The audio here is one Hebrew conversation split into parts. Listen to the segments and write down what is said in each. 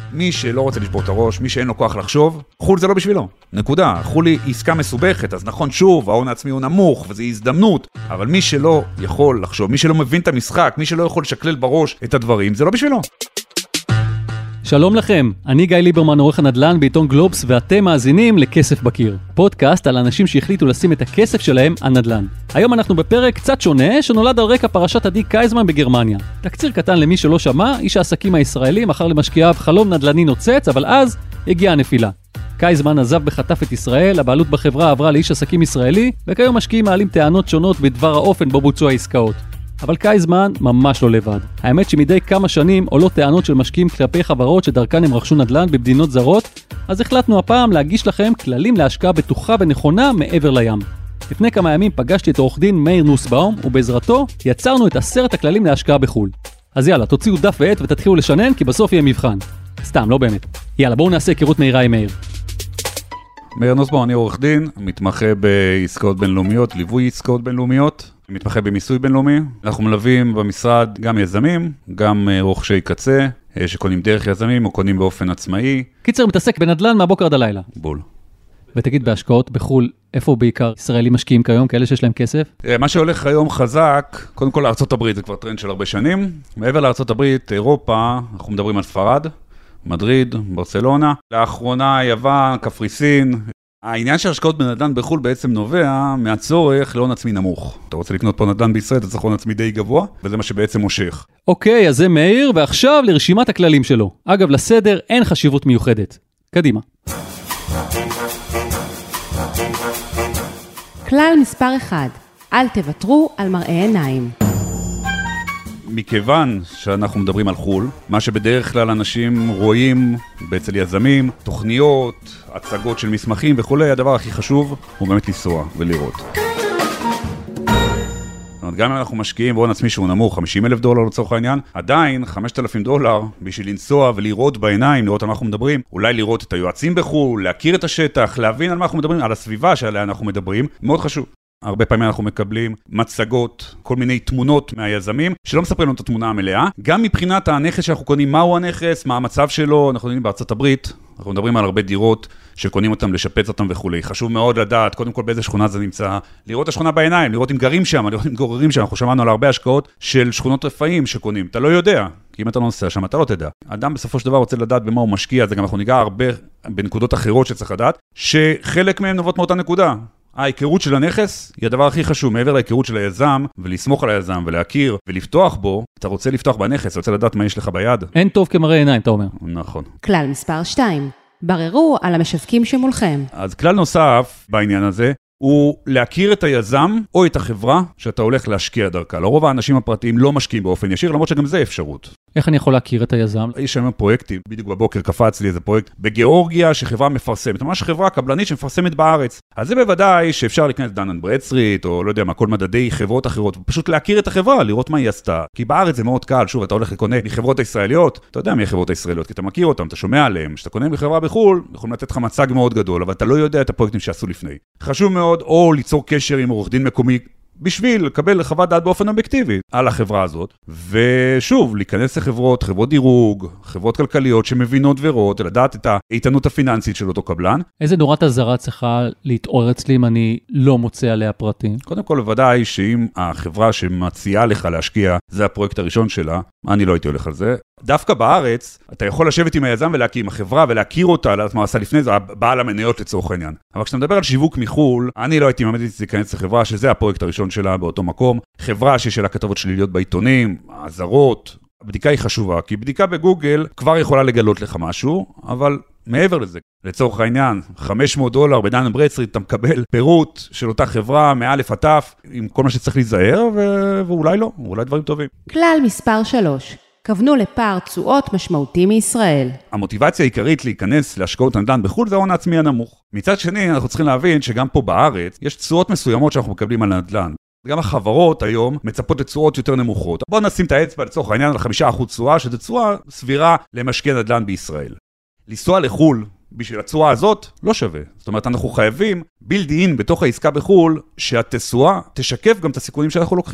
מי שלא רוצה לשבור את הראש, מי שאין לו כוח לחשוב, חול זה לא בשבילו. נקודה. חול היא עסקה מסובכת, אז נכון, שוב, ההון העצמי הוא נמוך, וזו הזדמנות, אבל מי שלא יכול לחשוב, מי שלא מבין את המשחק, מי שלא יכול לשקלל בראש את הדברים, זה לא בשבילו. שלום לכם, אני גיא ליברמן, עורך הנדל"ן בעיתון גלובס, ואתם מאזינים לכסף בקיר. פודקאסט על אנשים שהחליטו לשים את הכסף שלהם על נדל"ן. היום אנחנו בפרק קצת שונה, שנולד על רקע פרשת עדי קייזמן בגרמניה. תקציר קטן למי שלא שמע, איש העסקים הישראלי מכר למשקיעיו חלום נדל"ני נוצץ, אבל אז הגיעה הנפילה. קייזמן עזב בחטף את ישראל, הבעלות בחברה עברה לאיש עסקים ישראלי, וכיום משקיעים מעלים טענות שונות בדבר האופן בו בוצעו העסקאות. אבל קייזמן ממש לא לבד. האמת שמדי כמה שנים עולות טענות של משקיעים כלפי חברות שדרכן הם רכשו נדל"ן במדינות זרות, אז החלטנו הפעם להגיש לכם כללים להשקעה בטוחה ונכונה מעבר לים. לפני כמה ימים פגשתי את עורך דין מאיר נוסבאום, ובעזרתו יצרנו את 10 הכללים להשקעה בחו"ל. אז יאללה, תוציאו דף ועט ותתחילו לשנן, כי בסוף יהיה מבחן. סתם, לא באמת. יאללה, בואו נעשה היכרות מהירה עם מאיר. מאיר נוסבאום, אני עורך דין, מתמחה בעסקאות בינלאומיות, ליווי עסקאות בינלאומיות. מתמחה במיסוי בינלאומי. אנחנו מלווים במשרד גם יזמים, גם רוכשי קצה, שקונים דרך יזמים או קונים באופן עצמאי. קיצר, מתעסק בנדל"ן מהבוקר עד הלילה. בול. ותגיד, בהשקעות בחול, איפה בעיקר ישראלים משקיעים כיום, כאלה שיש להם כסף? מה שהולך היום חזק, קודם כל לארצות הברית, זה כבר טרנד של הרבה שנים. מעבר לארצות הברית, אירופה, אנחנו מדברים על ספרד, מדריד, ברצלונה. לאחרונה יוון, קפריסין. העניין של השקעות בנדל"ן בחו"ל בעצם נובע מהצורך להון עצמי נמוך. אתה רוצה לקנות פה נדל"ן בישראל, אתה צריך הון עצמי די גבוה, וזה מה שבעצם מושך. אוקיי, אז זה מאיר, ועכשיו לרשימת הכללים שלו. אגב, לסדר אין חשיבות מיוחדת. קדימה. כלל מספר 1, אל תוותרו על מראה עיניים. מכיוון שאנחנו מדברים על חול, מה שבדרך כלל אנשים רואים אצל יזמים, תוכניות, הצגות של מסמכים וכו', הדבר הכי חשוב הוא באמת לנסוע ולראות. זאת אומרת, גם אם אנחנו משקיעים בהון עצמי שהוא נמוך, $50,000 לצורך העניין, עדיין $5,000 בשביל לנסוע ולראות בעיניים, לראות על מה אנחנו מדברים, אולי לראות את היועצים בחול, להכיר את השטח, להבין על מה אנחנו מדברים, על הסביבה שעליה אנחנו מדברים, מאוד חשוב. הרבה פעמים אנחנו מקבלים מצגות, כל מיני תמונות מהיזמים, שלא מספרים לנו את התמונה המלאה. גם מבחינת הנכס שאנחנו קונים, מהו הנכס, מה המצב שלו, אנחנו יודעים בארצות הברית, אנחנו מדברים על הרבה דירות שקונים אותם, לשפץ אותם וכו'. חשוב מאוד לדעת, קודם כל באיזה שכונה זה נמצא, לראות את השכונה בעיניים, לראות אם גרים שם, לראות אם גוררים שם. אנחנו שמענו על הרבה השקעות של שכונות רפאים שקונים. אתה לא יודע, כי אם אתה לא נוסע שם, אתה לא תדע. אדם בסופו של דבר רוצה לדעת במה הוא משקיע, זה גם אנחנו ניגע הרבה בנקודות אחרות שצריך לדעת, שחלק מהם נובעות מאותה נקודה. ההיכרות של הנכס היא הדבר הכי חשוב, מעבר להיכרות של היזם, ולסמוך על היזם, ולהכיר, ולפתוח בו. אתה רוצה לפתוח בנכס, אתה רוצה לדעת מה יש לך ביד. אין טוב כמראה עיניים, אתה אומר. נכון. כלל מספר 2, בררו על המשווקים שמולכם. אז כלל נוסף בעניין הזה, הוא להכיר את היזם או את החברה שאתה הולך להשקיע דרכה. לרוב האנשים הפרטיים לא משקיעים באופן ישיר, למרות שגם זה אפשרות. איך אני יכול להכיר את היזם? יש שם פרויקטים, בדיוק בבוקר קפץ לי איזה פרויקט בגיאורגיה שחברה מפרסמת, ממש חברה קבלנית שמפרסמת בארץ. אז זה בוודאי שאפשר להיכנס דן & ברדסטריט, או לא יודע מה, כל מדדי חברות אחרות, ופשוט להכיר את החברה, לראות מה היא עשתה. כי בארץ זה מאוד קל, שוב, אתה הולך לקונה מחברות הישראליות, אתה יודע מי החברות הישראליות, כי אתה מכיר אותם, אתה שומע עליהם. כשאתה קונה מחברה בחו"ל, יכולים לתת לך מצג מאוד גדול, אבל אתה לא יודע את הפרויקטים שעשו לפני. חשוב מאוד או ליצור קשר עם עורך דין מקומי בשביל לקבל חוות דעת באופן אובייקטיבי על החברה הזאת, ושוב, להיכנס לחברות, חברות דירוג, חברות כלכליות שמבינות ורואות, לדעת את האיתנות הפיננסית של אותו קבלן. איזה נורת הזרה צריכה להתעורר אצלי אם אני לא מוצא עליה פרטים? קודם כל, בוודאי שאם החברה שמציעה לך להשקיע, זה הפרויקט הראשון שלה, אני לא הייתי הולך על זה. דווקא בארץ, אתה יכול לשבת עם היזם ולהקים החברה ולהכיר אותה, לדעת מה עשה לפני זה, בעל המניות לצורך העניין. אבל כשאתה מדבר על שיווק מחול, אני לא הייתי ממד להיכנס לחברה שזה הפרויקט הראשון שלה באותו מקום, חברה שיש לה כתבות שליליות בעיתונים, הזרות. הבדיקה היא חשובה, כי בדיקה בגוגל כבר יכולה לגלות לך משהו, אבל מעבר לזה, לצורך העניין, $500 בדן & ברדסטריט, אתה מקבל פירוט של אותה חברה, מאלף עד תף, עם כל מה שצריך להיזהר, ואולי לא, אולי דברים טובים. כלל מספר 3, כוונו לפער תשואות משמעותי מישראל. המוטיבציה העיקרית להיכנס להשקעות נדל"ן בחו"ל זה ההון העצמי הנמוך. מצד שני, אנחנו צריכים להבין שגם פה בארץ יש תשואות מסוימות שאנחנו מקבלים על נדל"ן. גם החברות היום מצפות לתשואות יותר נמוכות. בואו נשים את האצבע לצורך העניין על 5% תשואה, שזו תשואה סבירה למשקיע נדל"ן בישראל. לנסוע לחו"ל בשביל התשואה הזאת לא שווה. זאת אומרת, אנחנו חייבים בילד אין בתוך העסקה בחו"ל שהתשואה תשקף גם את הסיכונים שאנחנו לוקחים.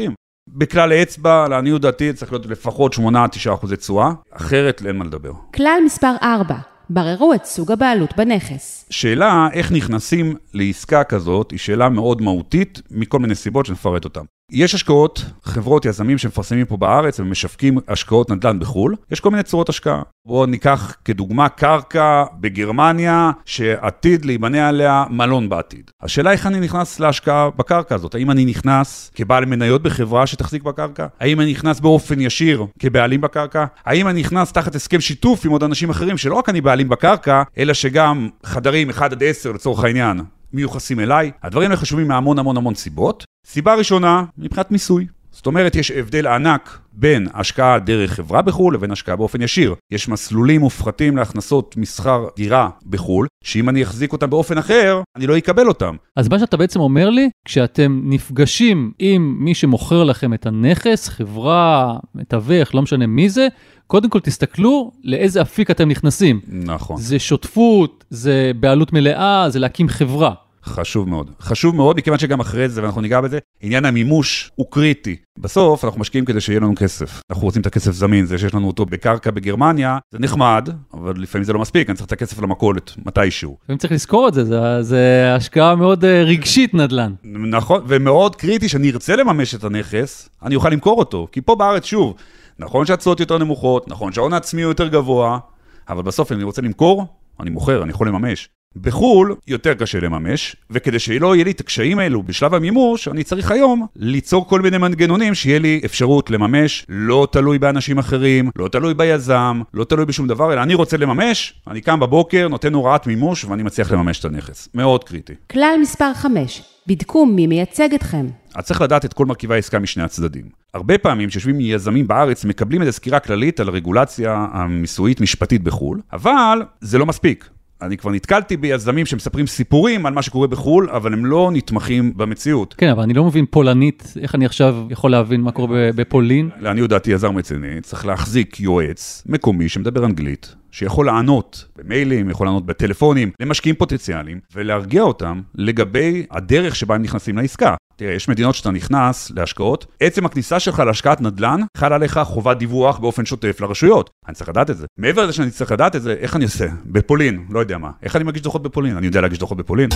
בכלל האצבע, לעניות דעתי, צריך להיות לפחות 8-9% תשואה, אחרת אין מה לדבר. כלל מספר 4, בררו את סוג הבעלות בנכס. שאלה איך נכנסים לעסקה כזאת, היא שאלה מאוד מהותית, מכל מיני סיבות שנפרט אותן. יש השקעות, חברות יזמים שמפרסמים פה בארץ, ומשווקים השקעות נדל"ן בחול. יש כל מיני צורות השקעה. בואו ניקח כדוגמה קרקע בגרמניה, שעתיד להיבנה עליה מלון בעתיד. השאלה איך אני נכנס להשקעה בקרקע הזאת? האם אני נכנס כבעל מניות בחברה שתחזיק בקרקע? האם אני נכנס באופן ישיר כבעלים בקרקע? האם אני נכנס תחת הסכם שיתוף עם עוד אנשים אחרים, שלא רק אני בעלים בקרקע, אלא שגם חדרים 1-10 לצורך העניין, מיוחסים אליי? הדברים האלה חשובים מהמון סיבות. סיבה ראשונה, מבחינת מיסוי. זאת אומרת, יש הבדל ענק בין השקעה דרך חברה בחול לבין השקעה באופן ישיר. יש מסלולים מופחתים להכנסות מסחר דירה בחול, שאם אני אחזיק אותם באופן אחר, אני לא אקבל אותם. אז מה שאתה בעצם אומר לי, כשאתם נפגשים עם מי שמוכר לכם את הנכס, חברה, מתווך, לא משנה מי זה, קודם כל תסתכלו לאיזה אפיק אתם נכנסים. נכון. זה שותפות, זה בעלות מלאה, זה להקים חברה. חשוב מאוד. חשוב מאוד, מכיוון שגם אחרי זה, ואנחנו ניגע בזה, עניין המימוש הוא קריטי. בסוף אנחנו משקיעים כדי שיהיה לנו כסף. אנחנו רוצים את הכסף זמין, זה שיש לנו אותו בקרקע בגרמניה, זה נחמד, אבל לפעמים זה לא מספיק, אני צריך את הכסף למכולת, מתישהו. לפעמים צריך לזכור את זה, זה השקעה מאוד רגשית נדל"ן. נכון, ומאוד קריטי שאני ארצה לממש את הנכס, אני אוכל למכור אותו. כי פה בארץ, שוב, נכון שהתשואות יותר נמוכות, נכון שההון העצמי הוא יותר גבוה, אבל בסוף אם אני רוצה למכור, אני מוכר, אני יכול לממש. בחול יותר קשה לממש, וכדי שלא יהיה לי את הקשיים האלו בשלב המימוש, אני צריך היום ליצור כל מיני מנגנונים שיהיה לי אפשרות לממש, לא תלוי באנשים אחרים, לא תלוי ביזם, לא תלוי בשום דבר, אלא אני רוצה לממש, אני קם בבוקר, נותן הוראת מימוש, ואני מצליח לממש את הנכס. מאוד קריטי. כלל מספר 5, בדקו מי מייצג אתכם. אז צריך לדעת את כל מרכיבי העסקה משני הצדדים. הרבה פעמים שיושבים יזמים בארץ מקבלים איזו סקירה כללית על הרגולציה המיסויית משפטית בחול, אבל זה לא מספיק. אני כבר נתקלתי ביזמים שמספרים סיפורים על מה שקורה בחול, אבל הם לא נתמכים במציאות. כן, אבל אני לא מבין פולנית, איך אני עכשיו יכול להבין מה קורה בפולין? לעניות דעתי יזם רציני, צריך להחזיק יועץ מקומי שמדבר אנגלית, שיכול לענות במיילים, יכול לענות בטלפונים, למשקיעים פוטנציאליים, ולהרגיע אותם לגבי הדרך שבה הם נכנסים לעסקה. תראה, יש מדינות שאתה נכנס להשקעות, עצם הכניסה שלך להשקעת נדל"ן, חל עליך חובת דיווח באופן שוטף לרשויות. אני צריך לדעת את זה. מעבר לזה שאני צריך לדעת את זה, איך אני עושה? בפולין, לא יודע מה. איך אני מגיש דוחות בפולין? אני יודע להגיש דוחות בפולין.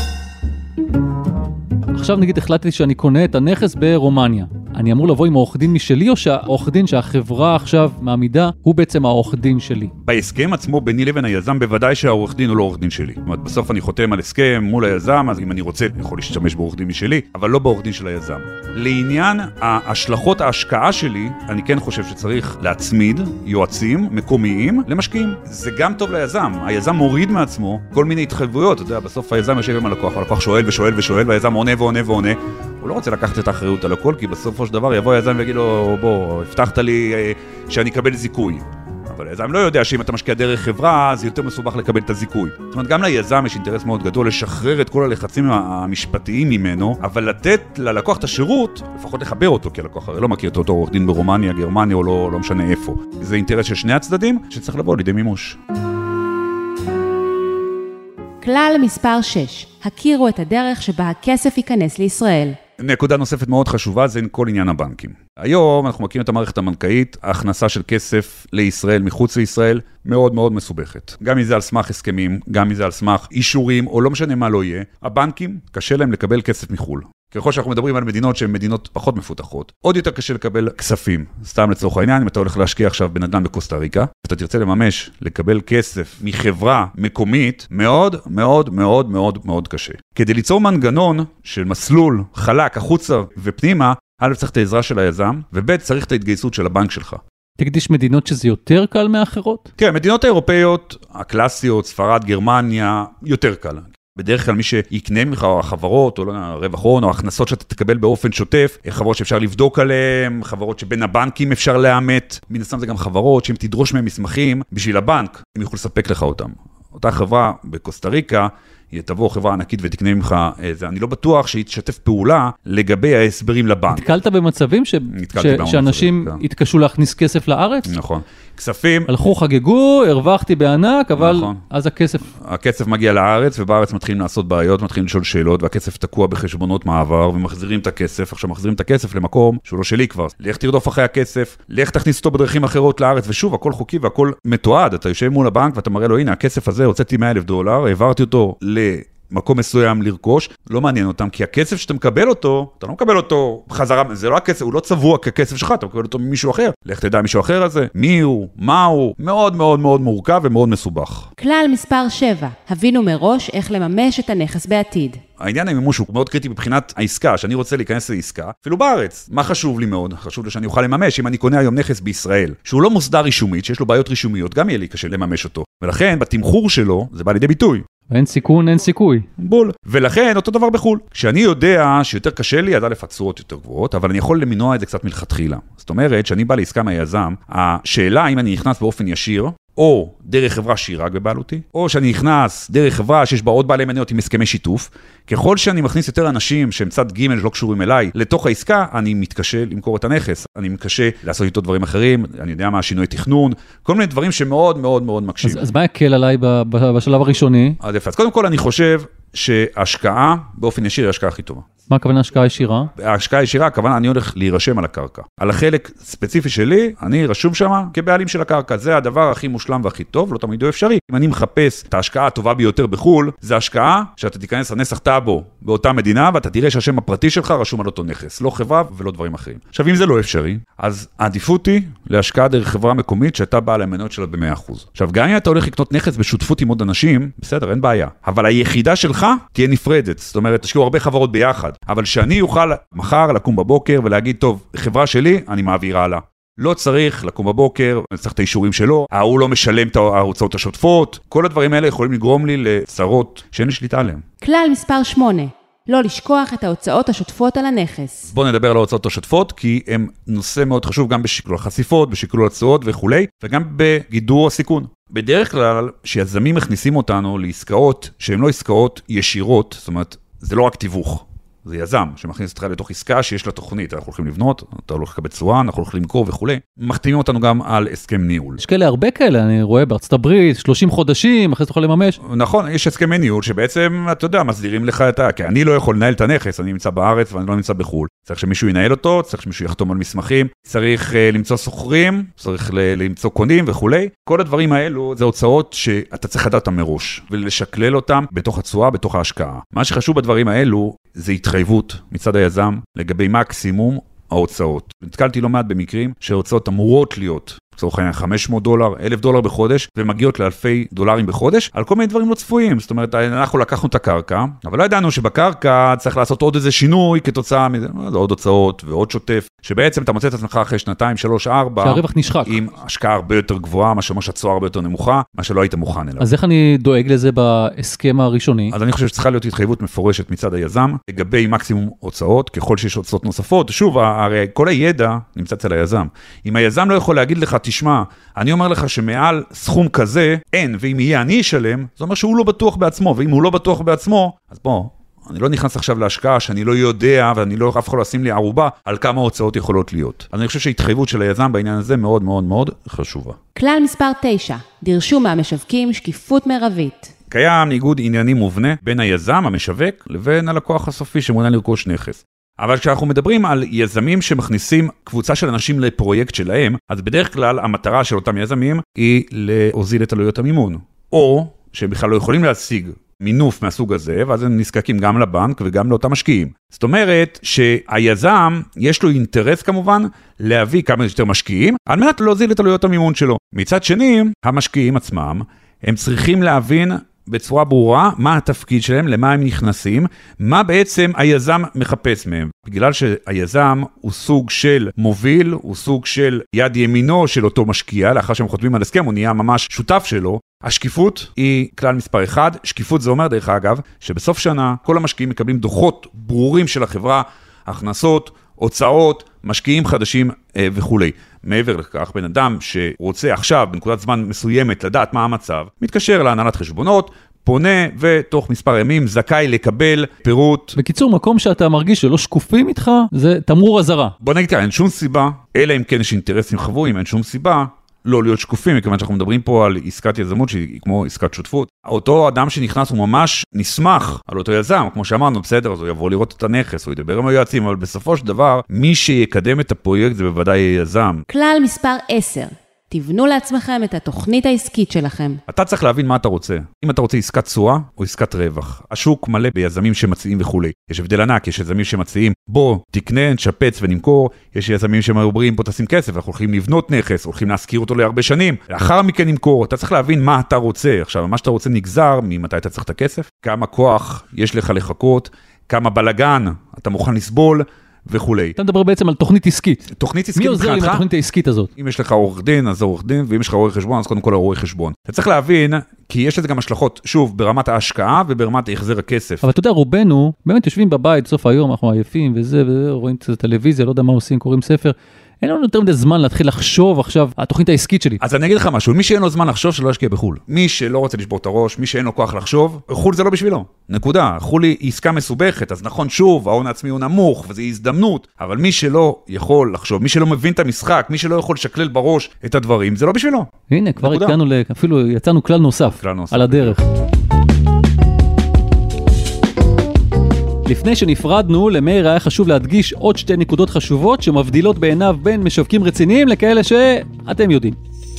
עכשיו נגיד החלטתי שאני קונה את הנכס ברומניה. אני אמור לבוא עם העורך דין משלי, או שהעורך דין שהחברה עכשיו מעמידה, הוא בעצם העורך דין שלי? בהסכם עצמו ביני לבין היזם, בוודאי שהעורך דין הוא לא עורך דין שלי. זאת אומרת, בסוף אני חותם על הסכם מול היזם, אז אם אני רוצה, אני יכול להשתמש בעורך דין משלי, אבל לא בעורך דין של היזם. לעניין ההשלכות ההשקעה שלי, אני כן חושב שצריך להצמיד יועצים מקומיים למשקיעים. זה גם טוב ליזם. היזם מוריד מעצמו כל מיני התחייבויות. אתה יודע, בסוף היזם יושב עם הלקוח, והלקוח שואל ושואל ושואל, והיזם עונה ועונה ועונה. הוא לא רוצה לקחת את האחריות על הכל, כי בסופו של דבר יבוא היזם ויגיד לו, בוא, הבטחת לי שאני אקבל זיכוי. אבל היזם לא יודע שאם אתה משקיע דרך חברה, זה יותר מסובך לקבל את הזיכוי. זאת אומרת, גם ליזם יש אינטרס מאוד גדול לשחרר את כל הלחצים המשפטיים ממנו, אבל לתת ללקוח את השירות, לפחות לחבר אותו, כי הלקוח הרי לא מכיר את אותו עורך דין ברומניה, גרמניה, או לא משנה איפה. זה אינטרס של שני הצדדים שצריך לבוא לידי מימוש. כלל מספר 6, הכירו את הדרך שבה הכסף ייכנס לישראל. נקודה נוספת מאוד חשובה, זה כל עניין הבנקים. היום אנחנו מכירים את המערכת הבנקאית, ההכנסה של כסף לישראל מחוץ לישראל מאוד מאוד מסובכת. גם אם זה על סמך הסכמים, גם אם זה על סמך אישורים, או לא משנה מה לא יהיה, הבנקים קשה להם לקבל כסף מחול. ככל שאנחנו מדברים על מדינות שהן מדינות פחות מפותחות, עוד יותר קשה לקבל כספים. סתם לצורך העניין, אם אתה הולך להשקיע עכשיו בנדל"ן בקוסטה ריקה, אתה תרצה לממש, לקבל כסף מחברה מקומית, מאוד מאוד מאוד מאוד מאוד קשה. כדי ליצור מנגנון של מסלול חלק החוצה ופנימה, א' צריך את העזרה של היזם, וב' צריך את ההתגייסות של הבנק שלך. תקדיש מדינות שזה יותר קל מאחרות? כן, מדינות האירופאיות, הקלאסיות, ספרד, גרמניה, יותר קל. בדרך כלל מי שיקנה ממך, או החברות, או רווח הון, או הכנסות שאתה תקבל באופן שוטף, חברות שאפשר לבדוק עליהן, חברות שבין הבנקים אפשר לאמת, מן הסתם זה גם חברות שאם תדרוש מהם מסמכים, בשביל הבנק, הם יוכלו לספק לך אותם. אותה חברה בקוסטה ריקה, היא תבוא חברה ענקית ותקנה ממך, אני לא בטוח שהיא תשתף פעולה לגבי ההסברים לבנק. נתקלת במצבים שאנשים התקשו להכניס כסף לארץ? נכון. כספים. הלכו, חגגו, הרווחתי בענק, אבל נכון. אז הכסף מגיע לארץ, ובארץ מתחילים לעשות בעיות, מתחילים לשאול שאלות, והכסף תקוע בחשבונות מעבר, ומחזירים את הכסף. עכשיו מחזירים את הכסף למקום שהוא לא שלי כבר. לך תרדוף אחרי הכסף, לך תכניס אותו בדרכים אחרות לארץ, ושוב, הכל חוקי והכל מתועד. אתה יושב מול הבנק ואתה מראה לו, הנה, הכסף הזה, הוצאתי $100,000, העברתי אותו מקום מסוים לרכוש, לא מעניין אותם, כי הכסף שאתה מקבל אותו, אתה לא מקבל אותו בחזרה, זה לא הכסף, הוא לא צבוע ככסף שלך, אתה מקבל אותו ממישהו אחר. לך תדע מישהו אחר הזה, מי הוא, מה הוא, מאוד מאוד מאוד מורכב ומאוד מסובך. כלל מספר 7, הבינו מראש איך לממש את הנכס בעתיד. העניין המימוש הוא מאוד קריטי מבחינת העסקה, שאני רוצה להיכנס לעסקה, אפילו בארץ. מה חשוב לי מאוד? חשוב לי שאני אוכל לממש, אם אני קונה היום נכס בישראל, שהוא לא מוסדר רישומית, שיש לו בעיות רישומיות, גם יהיה לי קשה לממש אותו. ולכן, בתמחור שלו, זה בא לידי ביטוי. אין סיכון, אין סיכוי. בול. ולכן, אותו דבר בחול. כשאני יודע שיותר קשה לי, אז א' התשואות יותר גבוהות, אבל אני יכול למנוע את זה קצת מלכתחילה. זאת אומרת, שאני בא לעסקה מהיזם, השאלה אם אני נכנס באופן ישיר, או דרך חברה שהיא רק בבעלותי, או שאני נכנס דרך חברה שיש בה עוד בעלי מניות עם הסכמי שיתוף, ככל שאני מכניס יותר אנשים שהם צד ג' שלא קשורים אליי לתוך העסקה, אני מתקשה למכור את הנכס, אני מתקשה לעשות איתו דברים אחרים, אני יודע מה, שינוי תכנון, כל מיני דברים שמאוד מאוד מאוד מקשים. אז מה יקל עליי בשלב הראשוני? אז קודם כל אני חושב שההשקעה באופן ישיר היא ההשקעה הכי טובה. מה הכוונה השקעה ישירה? ההשקעה ישירה, הכוונה, אני הולך להירשם על הקרקע. על החלק ספציפי שלי, אני רשום שם כבעלים של הקרקע. זה הדבר הכי מושלם והכי טוב, לא תמיד הוא אפשרי. אם אני מחפש את ההשקעה הטובה ביותר בחול, זה השקעה שאתה תיכנס לנסח טאבו באותה מדינה, ואתה תראה שהשם הפרטי שלך רשום על אותו נכס. לא חברה ולא דברים אחרים. עכשיו, אם זה לא אפשרי, אז העדיפות היא להשקעה דרך חברה מקומית שאתה באה למניות שלה ב100%. עכשיו, גם אם אתה הולך לקנות נכס בשותפות עם עוד אנשים, בסדר, אין בעיה. אבל היחידה שלך תהיה נפרדת. זאת אומרת, תשקיעו הרבה חברות ביחד. אבל שאני אוכל מחר לקום בבוקר ולהגיד, טוב, חברה שלי, אני מעבירה לה. לא צריך לקום בבוקר, אני צריך את האישורים שלו, הוא לא משלם את ההוצאות השוטפות, כל הדברים האלה יכולים לגרום לי לצרות שאין לי שליטה עליהם. כלל מספר 8, לא לשכוח את ההוצאות השוטפות על הנכס. בואו נדבר על ההוצאות השוטפות, כי הם נושא מאוד חשוב גם בשקלול החשיפות, בשקלול הצעות וכו', וגם בגידור הסיכון. בדרך כלל, שיזמים מכניסים אותנו לעסקאות שהן לא עסקאות ישירות, זאת אומרת, זה לא רק תיווך. זה יזם שמכניס אותך לתוך עסקה שיש לה תוכנית, אנחנו הולכים לבנות, אתה הולך לקבל צורה, אנחנו הולכים למכור וכו'. מחתימים אותנו גם על הסכם ניהול. יש כאלה הרבה כאלה, אני רואה בארצות הברית, 30 חודשים, אחרי זה תוכל לממש. נכון, יש הסכמי ניהול שבעצם, אתה יודע, מסדירים לך כי אני לא יכול לנהל את הנכס, אני נמצא בארץ ואני לא נמצא בחו"ל. צריך שמישהו ינהל אותו, צריך שמישהו יחתום על מסמכים, צריך למצוא סוחרים, צריך למצוא קונים וכו'. כל הדברים האלו, זה הוצאות שאתה צריך לדעת אותם מראש, ולשקלל אותם בתוך הצורה, בתוך ההשקעה. מה שחשוב בדברים האלו, זה התחייבות מצד היזם לגבי מקסימום ההוצאות. נתקלתי לא מעט במקרים שההוצאות אמורות להיות לצורך העניין $500, $1,000 בחודש, ומגיעות לאלפי דולרים בחודש, על כל מיני דברים לא צפויים. זאת אומרת, אנחנו לקחנו את הקרקע, אבל לא ידענו שבקרקע צריך לעשות עוד איזה שינוי כתוצאה מזה, עוד הוצאות ועוד שוטף, שבעצם אתה מוצא את עצמך אחרי 2, 3, 4, שהרווח נשחק. עם השקעה הרבה יותר גבוהה, מה שאומר שהתשואה הרבה יותר נמוכה, מה שלא היית מוכן אליו. אז איך אני דואג לזה בהסכם הראשוני? אז אני חושב שצריכה להיות התחייבות מפורשת מצד היזם, לגבי מקסימום הוצאות, ככל שיש הוצאות נוספות. שוב, הרי כל הידע נמצא אצל היזם. אם היזם לא יכול להגיד לך, תשמע, אני אומר לך שמעל סכום כזה אין, ואם יהיה אני אשלם, זה אומר שהוא לא בטוח בעצמו, ואם הוא לא בטוח בעצמו, אז בוא, אני לא נכנס עכשיו להשקעה שאני לא יודע, ואני לא אף אחד לא לשים לי ערובה על כמה הוצאות יכולות להיות. אז אני חושב שההתחייבות של היזם בעניין הזה מאוד מאוד מאוד חשובה. כלל מספר 9, דרשו מהמשווקים שקיפות מרבית. קיים ניגוד עניינים מובנה בין היזם, המשווק, לבין הלקוח הסופי שמעוניין לרכוש נכס. אבל כשאנחנו מדברים על יזמים שמכניסים קבוצה של אנשים לפרויקט שלהם, אז בדרך כלל המטרה של אותם יזמים היא להוזיל את עלויות המימון. או שהם בכלל לא יכולים להשיג מינוף מהסוג הזה, ואז הם נזקקים גם לבנק וגם לאותם משקיעים. זאת אומרת שהיזם יש לו אינטרס כמובן להביא כמה יותר משקיעים, על מנת להוזיל את עלויות המימון שלו. מצד שני, המשקיעים עצמם, הם צריכים להבין בצורה ברורה מה התפקיד שלהם, למה הם נכנסים, מה בעצם היזם מחפש מהם. בגלל שהיזם הוא סוג של מוביל, הוא סוג של יד ימינו של אותו משקיע, לאחר שהם חותמים על הסכם, הוא נהיה ממש שותף שלו. השקיפות היא כלל מספר 1, שקיפות זה אומר דרך אגב, שבסוף שנה כל המשקיעים מקבלים דוחות ברורים של החברה, הכנסות, הוצאות, משקיעים חדשים וכו'. מעבר לכך, בן אדם שרוצה עכשיו, בנקודת זמן מסוימת, לדעת מה המצב, מתקשר להנהלת חשבונות, פונה ותוך מספר ימים זכאי לקבל פירוט. בקיצור, מקום שאתה מרגיש שלא שקופים איתך, זה תמרור אזהרה. בוא נגיד, אין שום סיבה, אלא אם כן יש אינטרסים חבויים, אין שום סיבה לא להיות שקופים, מכיוון שאנחנו מדברים פה על עסקת יזמות שהיא כמו עסקת שותפות. אותו אדם שנכנס הוא ממש נשמח על אותו יזם, כמו שאמרנו, בסדר, אז הוא יבוא לראות את הנכס, הוא ידבר עם היועצים, אבל בסופו של דבר, מי שיקדם את הפרויקט זה בוודאי יזם. כלל מספר 10. תבנו לעצמכם את התוכנית העסקית שלכם. אתה צריך להבין מה אתה רוצה. אם אתה רוצה עסקת תשואה או עסקת רווח. השוק מלא ביזמים שמציעים וכולי. יש הבדל ענק, יש יזמים שמציעים, בוא, תקנה, נשפץ ונמכור. יש יזמים שאומרים, בוא תשים כסף, אנחנו הולכים לבנות נכס, הולכים להשכיר אותו להרבה שנים. לאחר מכן נמכור. אתה צריך להבין מה אתה רוצה. עכשיו, מה שאתה רוצה נגזר ממתי אתה צריך את הכסף, כמה כוח יש לך לחכות, כמה בלגן אתה מוכן לסבול. וכולי. אתה מדבר בעצם על תוכנית עסקית. תוכנית עסקית מי עוזר עם התוכנית העסקית הזאת? אם יש לך עורך דין, אז עורך דין, ואם יש לך רואה חשבון, אז קודם כל רואה חשבון. אתה צריך להבין, כי יש לזה גם השלכות, שוב, ברמת ההשקעה וברמת החזר הכסף. אבל אתה יודע, רובנו, באמת יושבים בבית, סוף היום, אנחנו עייפים וזה, רואים את הטלוויזיה, לא יודע מה עושים, קוראים ספר. אין לנו יותר מדי זמן להתחיל לחשוב עכשיו על התוכנית העסקית שלי. אז אני אגיד לך משהו, מי שאין לו זמן לחשוב שלא ישקיע בחול. מי שלא רוצה לשבור את הראש, מי שאין לו כוח לחשוב, חול זה לא בשבילו. נקודה. חול היא עסקה מסובכת, אז נכון, שוב, ההון העצמי הוא נמוך, וזו הזדמנות, אבל מי שלא יכול לחשוב, מי שלא מבין את המשחק, מי שלא יכול לשקלל בראש את הדברים, זה לא בשבילו. הנה, כבר הגענו, אפילו יצאנו כלל נוסף על הדרך. לפני שנפרדנו, למאיר היה חשוב להדגיש עוד 2 נקודות חשובות שמבדילות בעיניו בין משווקים רציניים לכאלה שאתם יודעים.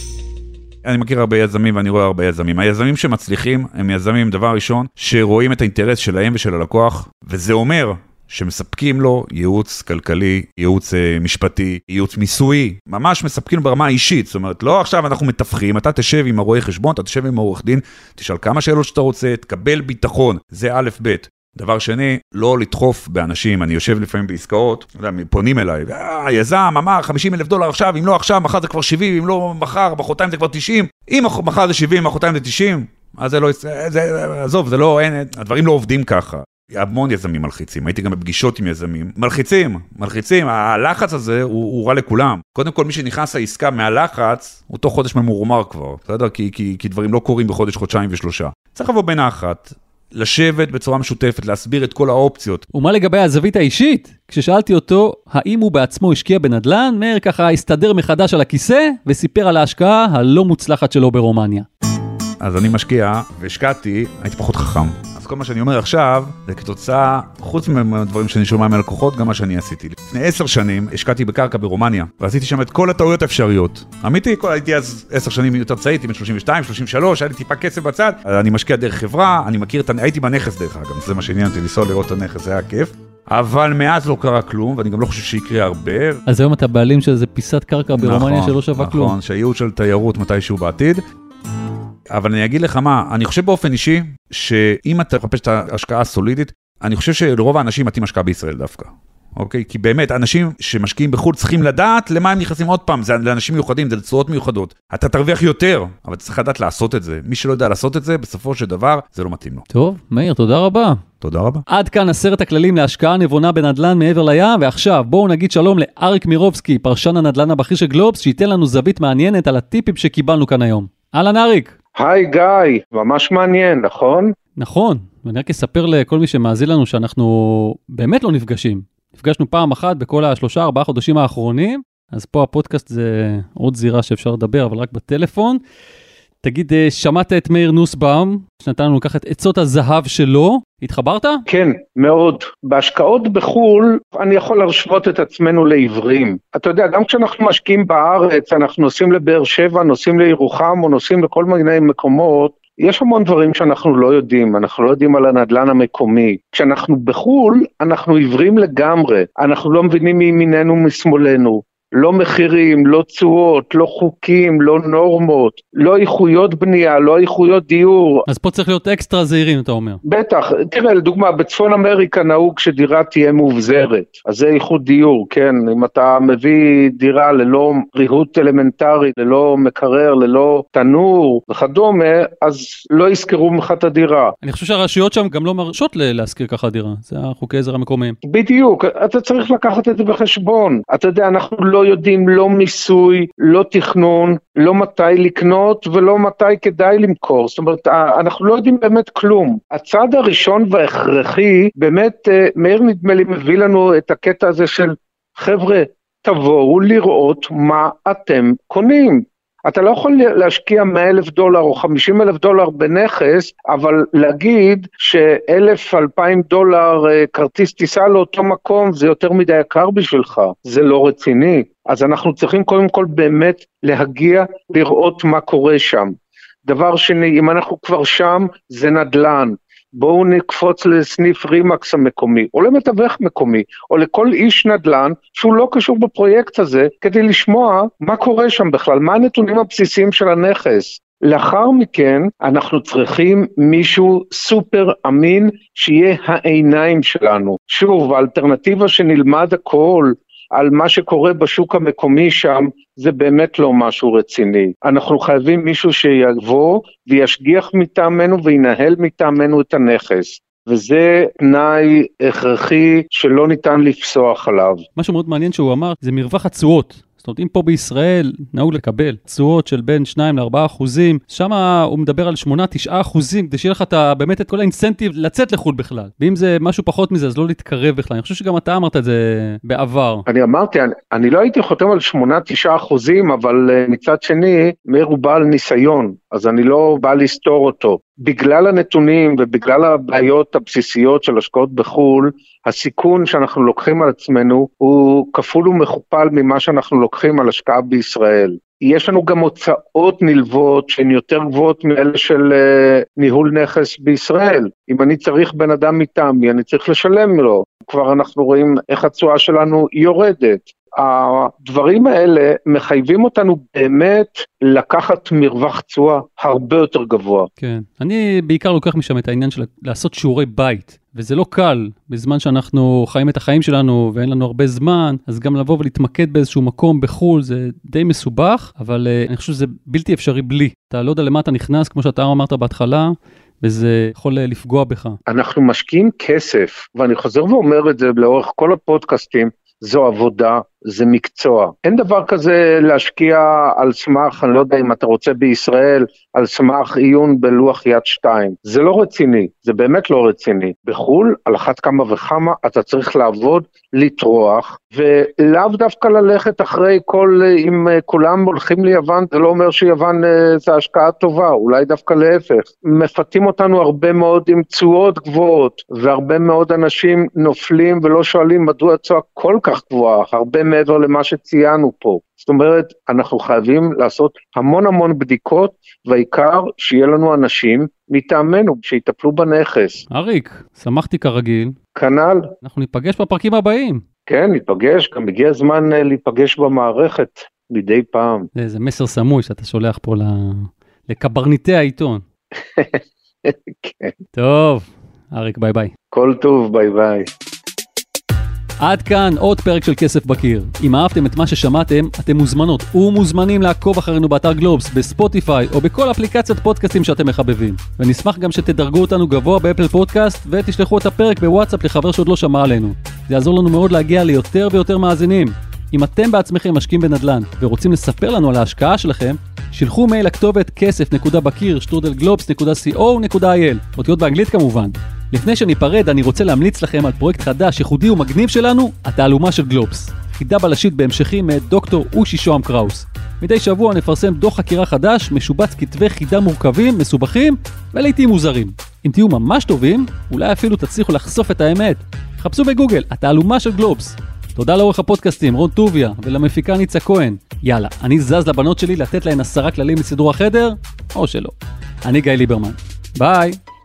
אני מכיר הרבה יזמים ואני רואה הרבה יזמים. היזמים שמצליחים הם יזמים, דבר ראשון, שרואים את האינטרס שלהם ושל הלקוח, וזה אומר שמספקים לו ייעוץ כלכלי, ייעוץ משפטי, ייעוץ מיסוי, ממש מספקים ברמה האישית. זאת אומרת, לא עכשיו אנחנו מתווכים, אתה תשב עם הרואה חשבון, אתה תשב עם העורך דין, תשאל כמה שאלות שאתה רוצה, תקבל ביטחון, זה א' ב'. דבר שני, לא לדחוף באנשים. אני יושב לפעמים בעסקאות, פונים אליי, היזם אמר $50,000 עכשיו, אם לא עכשיו, מחר זה כבר 70, אם לא מחר, מחרתיים זה כבר 90, אם מחר זה 70, מחרתיים זה 90, אז זה לא, עזוב, זה לא, אין, הדברים לא עובדים ככה. המון יזמים מלחיצים, הייתי גם בפגישות עם יזמים, מלחיצים, הלחץ הזה הוא רע לכולם. קודם כל, מי שנכנס לעסקה מהלחץ, הוא תוך חודש ממורמר כבר, בסדר? כי דברים לא קורים בחודש, חודשיים ושלושה. צריך לבוא בנחת, לשבת בצורה משותפת, להסביר את כל האופציות. ומה לגבי הזווית האישית? כששאלתי אותו, האם הוא בעצמו השקיע בנדל"ן, מאיר ככה הסתדר מחדש על הכיסא, וסיפר על ההשקעה הלא מוצלחת שלו ברומניה. אז אני משקיע, והשקעתי, הייתי פחות חכם. אז כל מה שאני אומר עכשיו, זה כתוצאה, חוץ מהדברים שאני שומע מהלקוחות, גם מה שאני עשיתי. לפני 10 שנים, השקעתי בקרקע ברומניה, ועשיתי שם את כל הטעויות האפשריות. אמיתי, הייתי אז 10 שנים יותר צעיר, בין 32, 33, היה לי טיפה כסף בצד, אני משקיע דרך חברה, אני מכיר הייתי בנכס דרך אגב, זה מה שעניין אותי, לנסוע לראות את הנכס, זה היה כיף. אבל מאז לא קרה כלום, ואני גם לא חושב שיקרה הרבה. אז היום אתה בעלים של איזה פיסת קרקע ברומניה שלא שווה כלום. נכון, שהייעוד של תיירות מתישהו בעתיד. אבל אני אגיד לך מה, אני חושב באופן אישי, שאם אתה מחפש את ההשקעה הסולידית, אני חושב שלרוב האנשים מתאים השקעה בישראל דווקא. אוקיי? כי באמת, אנשים שמשקיעים בחו"ל צריכים לדעת למה הם נכנסים עוד פעם, זה לאנשים מיוחדים, זה לצורות מיוחדות. אתה תרוויח יותר, אבל אתה צריך לדעת לעשות את זה. מי שלא יודע לעשות את זה, בסופו של דבר, זה לא מתאים לו. טוב, מאיר, תודה רבה. תודה רבה. עד כאן 10 הכללים להשקעה נבונה בנדל"ן מעבר לים, ועכשיו בואו נגיד שלום לאריק מירובסקי, פרשן הנדל"ן הבכיר של גלובס, שייתן לנו זווית מעניינת על הטיפים שקיבלנו כאן היום. אהלן אריק. היי גיא, ממש מעניין, נכון? נכון, ואני רק אספר לכל מי שמאזין לנו שאנחנו באמת לא נפגשים. נפגשנו פעם אחת בכל 3-4 חודשים האחרונים, אז פה הפודקאסט זה עוד זירה שאפשר לדבר, אבל רק בטלפון. תגיד, שמעת את מאיר נוסבאום, שנתן לנו לקחת עצות הזהב שלו, התחברת? כן, מאוד. בהשקעות בחול, אני יכול להשוות את עצמנו לעברים. אתה יודע, גם כשאנחנו משקיעים בארץ, אנחנו נוסעים לבאר שבע, נוסעים לירוחם, או נוסעים לכל מיני מקומות, יש המון דברים שאנחנו לא יודעים, אנחנו לא יודעים על הנדל"ן המקומי. כשאנחנו בחול, אנחנו עיוורים לגמרי, אנחנו לא מבינים מימיננו משמאלנו. לא מחירים, לא צורות, לא חוקים, לא נורמות, לא איכויות בנייה, לא איכויות דיור. אז פה צריך להיות אקסטרה זהירים, אתה אומר. בטח, תראה, לדוגמה, בצפון אמריקה נהוג שדירה תהיה מובזרת, אז זה איכות דיור, כן, אם אתה מביא דירה ללא ריהוט אלמנטרי, ללא מקרר, ללא תנור וכדומה, אז לא יזכרו ממך את הדירה. אני חושב שהרשויות שם גם לא מרשות להזכיר ככה דירה, זה החוקי עזר המקומיים. בדיוק, אתה צריך לקחת את זה בחשבון. אתה יודע, אנחנו לא יודעים לא מיסוי, לא תכנון, לא מתי לקנות ולא מתי כדאי למכור. זאת אומרת, אנחנו לא יודעים באמת כלום. הצעד הראשון וההכרחי, באמת, מאיר נדמה לי מביא לנו את הקטע הזה של, חבר'ה, תבואו לראות מה אתם קונים. אתה לא יכול להשקיע $100,000 או $50,000 בנכס, אבל להגיד $1,000-2,000 כרטיס טיסה לאותו מקום, זה יותר מדי יקר בשבילך, זה לא רציני. אז אנחנו צריכים קודם כל באמת להגיע לראות מה קורה שם. דבר שני, אם אנחנו כבר שם, זה נדל"ן. בואו נקפוץ לסניף רימקס המקומי, או למתווך מקומי, או לכל איש נדל"ן שהוא לא קשור בפרויקט הזה, כדי לשמוע מה קורה שם בכלל, מה הנתונים הבסיסיים של הנכס. לאחר מכן אנחנו צריכים מישהו סופר אמין שיהיה העיניים שלנו. שוב, האלטרנטיבה שנלמד הכל על מה שקורה בשוק המקומי שם, זה באמת לא משהו רציני. אנחנו חייבים מישהו שיבוא וישגיח מטעמנו וינהל מטעמנו את הנכס. וזה תנאי הכרחי שלא ניתן לפסוח עליו. משהו מאוד מעניין שהוא אמר, זה מרווח התשואות. זאת אומרת, אם פה בישראל נהוג לקבל תשואות של בין 2-4%, שם הוא מדבר על 8-9%, כדי שיהיה לך באמת את כל האינסנטיב לצאת לחול בכלל. ואם זה משהו פחות מזה, אז לא להתקרב בכלל. אני חושב שגם אתה אמרת את זה בעבר. אני אמרתי, אני לא הייתי חותם על 8-9%, אבל מצד שני, מאיר הוא בעל ניסיון, אז אני לא בא לסתור אותו. בגלל הנתונים ובגלל הבעיות הבסיסיות של השקעות בחול, הסיכון שאנחנו לוקחים על עצמנו הוא כפול ומכופל ממה שאנחנו לוקחים על השקעה בישראל. יש לנו גם הוצאות נלוות שהן יותר גבוהות מאלה של ניהול נכס בישראל. אם אני צריך בן אדם מטעמי, אני צריך לשלם לו. כבר אנחנו רואים איך התשואה שלנו יורדת. הדברים האלה מחייבים אותנו באמת לקחת מרווח תשואה הרבה יותר גבוה. כן, אני בעיקר לוקח משם את העניין של לעשות שיעורי בית, וזה לא קל, בזמן שאנחנו חיים את החיים שלנו ואין לנו הרבה זמן, אז גם לבוא ולהתמקד באיזשהו מקום בחול זה די מסובך, אבל אני חושב שזה בלתי אפשרי בלי. אתה לא יודע למה אתה נכנס, כמו שאתה אמרת בהתחלה, וזה יכול לפגוע בך. אנחנו משקיעים כסף, ואני חוזר ואומר את זה לאורך כל הפודקאסטים, זו עבודה, זה מקצוע. אין דבר כזה להשקיע על סמך, אני לא יודע אם אתה רוצה בישראל, על סמך עיון בלוח יד 2. זה לא רציני, זה באמת לא רציני. בחול, על אחת כמה וכמה, אתה צריך לעבוד, לטרוח, ולאו דווקא ללכת אחרי כל, אם כולם הולכים ליוון, זה לא אומר שיוון זה השקעה טובה, אולי דווקא להפך. מפתים אותנו הרבה מאוד עם תשואות גבוהות, והרבה מאוד אנשים נופלים ולא שואלים מדוע התשואה כל כך גבוהה, הרבה מעבר למה שציינו פה. זאת אומרת, אנחנו חייבים לעשות המון בדיקות, והעיקר שיהיה לנו אנשים מטעמנו, שיטפלו בנכס. אריק, שמחתי כרגיל. כנ"ל. אנחנו ניפגש בפרקים הבאים. כן, ניפגש, גם הגיע הזמן להיפגש במערכת, מדי פעם. זה מסר סמוי שאתה שולח פה לקברניטי העיתון. כן. טוב, אריק, ביי ביי. כל טוב, ביי ביי. עד כאן עוד פרק של כסף בקיר. אם אהבתם את מה ששמעתם, אתם מוזמנות ומוזמנים לעקוב אחרינו באתר גלובס, בספוטיפיי או בכל אפליקציות פודקאסטים שאתם מחבבים. ונשמח גם שתדרגו אותנו גבוה באפל פודקאסט ותשלחו את הפרק בוואטסאפ לחבר שעוד לא שמע עלינו. זה יעזור לנו מאוד להגיע ליותר ויותר מאזינים. אם אתם בעצמכם משקיעים בנדל"ן ורוצים לספר לנו על ההשקעה שלכם, שלחו מייל לכתובת כסף.bakir@globs.co.il, אותיות באנגלית כמובן. לפני שניפרד, אני רוצה להמליץ לכם על פרויקט חדש, ייחודי ומגניב שלנו, התעלומה של גלובס. חידה בלשית בהמשכים מאת דוקטור אושי שוהם קראוס. מדי שבוע נפרסם דוח חקירה חדש, משובץ כתבי חידה מורכבים, מסובכים ולעיתים מוזרים. אם תהיו ממש טובים, אולי אפילו תצליחו לחשוף את האמת. חפשו בגוגל, התעלומה של גלובס. תודה לעורך הפודקאסטים, רון טוביה, ולמפיקה ניצה כהן. יאללה, אני זז לבנות שלי לתת להן 10 כללים לסידור החדר, או שלא. אני גיא ליברמן. ביי!